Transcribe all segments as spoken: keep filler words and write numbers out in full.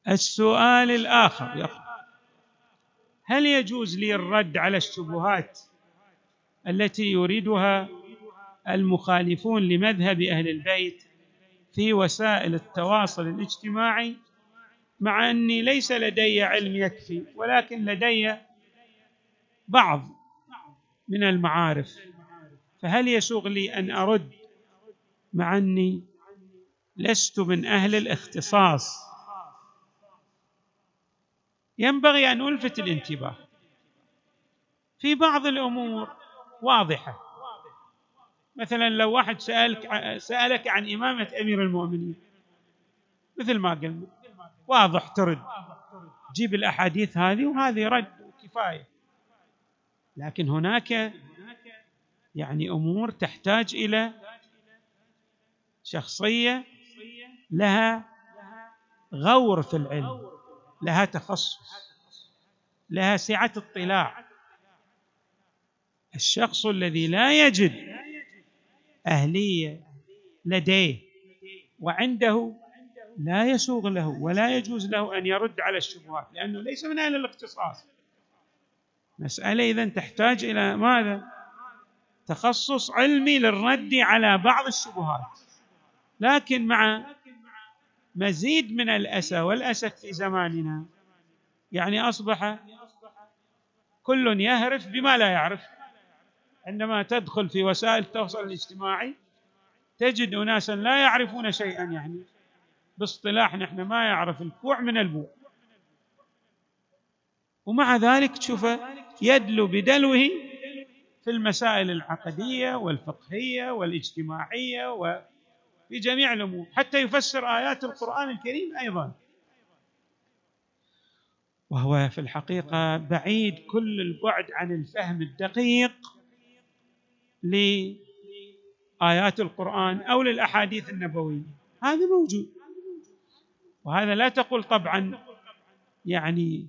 السؤال الآخر يقول: هل يجوز لي الرد على الشبهات التي يريدها المخالفون لمذهب أهل البيت في وسائل التواصل الاجتماعي، مع أني ليس لدي علم يكفي، ولكن لدي بعض من المعارف، فهل يسوغ لي أن أرد مع أني لست من أهل الاختصاص؟ ينبغي أن ألفت الانتباه في بعض الأمور واضحة. مثلا لو واحد سألك سألك عن إمامة أمير المؤمنين، مثل ما قلنا واضح ترد، جيب الأحاديث هذه وهذه رد كفاية. لكن هناك يعني أمور تحتاج إلى شخصية لها غور في العلم، لها تخصص، لها سعة اطلاع. الشخص الذي لا يجد أهلية لديه وعنده، لا يسوغ له ولا يجوز له أن يرد على الشبهات، لأنه ليس من أهل الاختصاص. مسألة إذن تحتاج إلى ماذا؟ تخصص علمي للرد على بعض الشبهات. لكن مع مزيد من الأسى والأسف في زماننا، يعني أصبح كل يهرف بما لا يعرف. عندما تدخل في وسائل التواصل الاجتماعي تجد أناسا لا يعرفون شيئا، يعني باصطلاح نحن ما يعرف الكوع من البوع، ومع ذلك تشوفه يدلو بدلوه في المسائل العقدية والفقهية والاجتماعية وفي جميع الأمور، حتى يفسر آيات القرآن الكريم أيضا، وهو في الحقيقة بعيد كل البعد عن الفهم الدقيق لآيات القرآن أو للأحاديث النبوية. هذا موجود، وهذا لا تقول طبعا يعني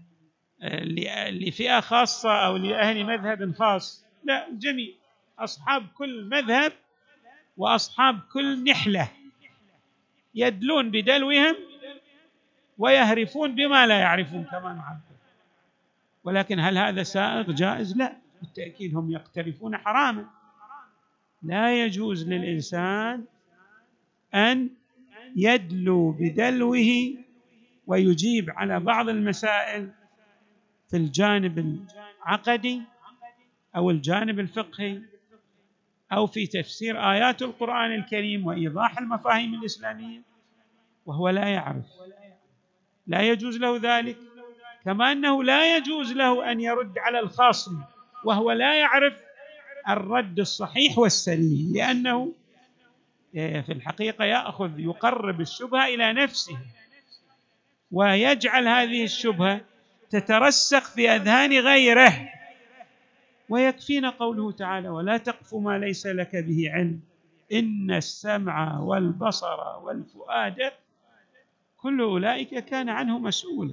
لفئة خاصة أو لأهل مذهب خاص، لا، الجميع أصحاب كل مذهب وأصحاب كل نحلة يدلون بدلوهم ويهرفون بما لا يعرفون كما نعبر. ولكن هل هذا سائغ جائز؟ لا، بالتأكيد هم يقترفون حراما. لا يجوز للإنسان أن يدلو بدلوه ويجيب على بعض المسائل في الجانب العقدي أو الجانب الفقهي أو في تفسير آيات القرآن الكريم وإيضاح المفاهيم الإسلامية وهو لا يعرف. لا يجوز له ذلك، كما أنه لا يجوز له أن يرد على الخاصم وهو لا يعرف الرد الصحيح والسليم، لأنه في الحقيقة يأخذ يقرب الشبهة إلى نفسه ويجعل هذه الشبهة تترسخ في أذهان غيره. ويكفينا قوله تعالى: ولا تقف ما ليس لك به علم إن السمع والبصر والفؤاد كل أولئك كان عنه مسؤولا.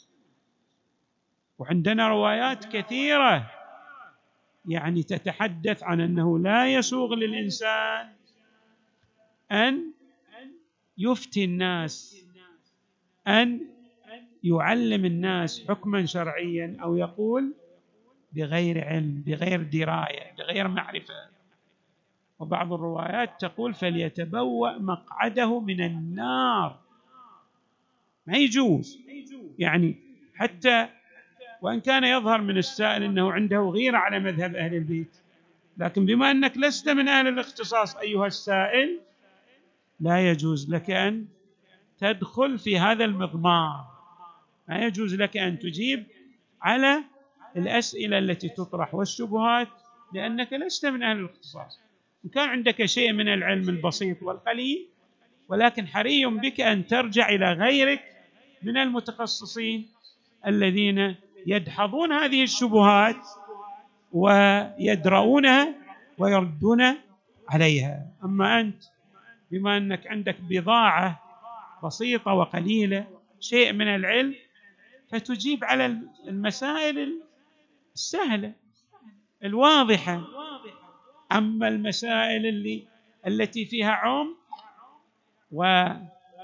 وعندنا روايات كثيرة يعني تتحدث عن أنه لا يسوغ للإنسان أن يفتي الناس، أن يعلم الناس حكما شرعيا، أو يقول بغير علم، بغير دراية، بغير معرفة. وبعض الروايات تقول: فليتبوأ مقعده من النار. ما يجوز، يعني حتى وإن كان يظهر من السائل أنه عنده غيرة على مذهب أهل البيت، لكن بما أنك لست من أهل الاختصاص أيها السائل، لا يجوز لك أن تدخل في هذا المضمار. ما يجوز لك أن تجيب على الأسئلة التي تطرح والشبهات، لأنك لست من أهل الاختصاص. إن كان عندك شيء من العلم البسيط والقليل، ولكن حري بك أن ترجع إلى غيرك من المتخصصين الذين يدحضون هذه الشبهات ويدرؤونها ويردون عليها. أما أنت بما أنك عندك بضاعة بسيطة وقليلة، شيء من العلم، فتجيب على المسائل السهلة الواضحة. أما المسائل اللي التي فيها عمق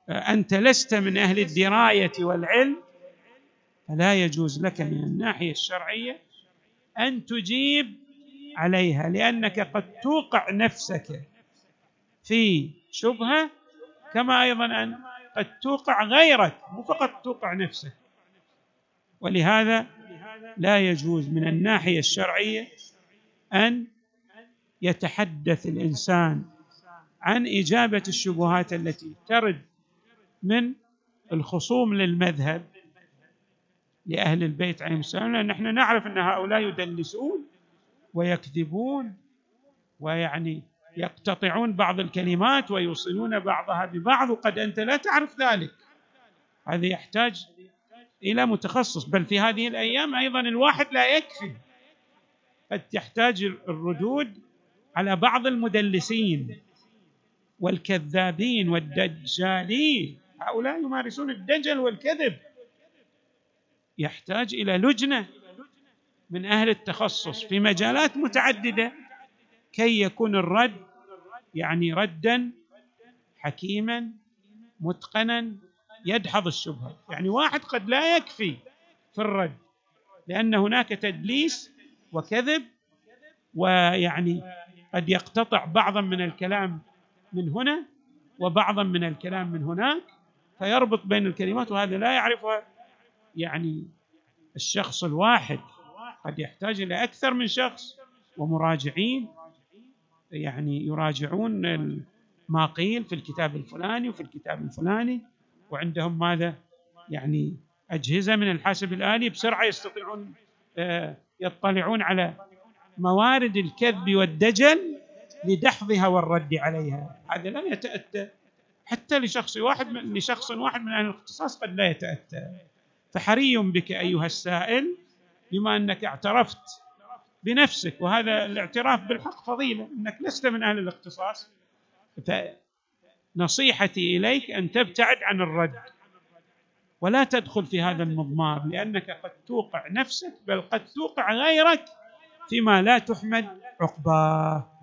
أنت لست من أهل الدراية والعلم، فلا يجوز لك من الناحية الشرعية أن تجيب عليها، لأنك قد توقع نفسك في شبهة، كما أيضا أن قد توقع غيرك، مو فقط توقع نفسك. ولهذا لا يجوز من الناحية الشرعية أن يتحدث الإنسان عن إجابة الشبهات التي ترد من الخصوم للمذهب لأهل البيت عليهم السلام، لأن نحن نعرف أن هؤلاء يدلسون ويكذبون، ويعني يقتطعون بعض الكلمات ويوصلون بعضها ببعض، وقد أنت لا تعرف ذلك. هذا يحتاج إلى متخصص. بل في هذه الأيام أيضا الواحد لا يكفي، قد تحتاج الردود على بعض المدلسين والكذابين والدجالين، هؤلاء يمارسون الدجل والكذب، يحتاج إلى لجنة من أهل التخصص في مجالات متعددة كي يكون الرد يعني ردا حكيما متقنا يدحض الشبهة. يعني واحد قد لا يكفي في الرد، لأن هناك تدليس وكذب، ويعني قد يقتطع بعضا من الكلام من هنا وبعضا من الكلام من هناك، فيربط بين الكلمات، وهذا لا يعرفها يعني الشخص الواحد، قد يحتاج إلى أكثر من شخص ومراجعين يعني يراجعون ما قيل في الكتاب الفلاني وفي الكتاب الفلاني، وعندهم ماذا يعني أجهزة من الحاسب الآلي بسرعة يستطيعون يطلعون على موارد الكذب والدجل لدحضها والرد عليها. هذا لا يتأتى حتى لشخص واحد من لشخص واحد من أهل الاختصاص، قد لا يتأتى. فحري بك أيها السائل، بما أنك اعترفت بنفسك، وهذا الاعتراف بالحق فضيلة، أنك لست من أهل الاختصاص، فنصيحتي إليك أن تبتعد عن الرد ولا تدخل في هذا المضمار، لأنك قد توقع نفسك بل قد توقع غيرك فيما لا تحمد عقباه.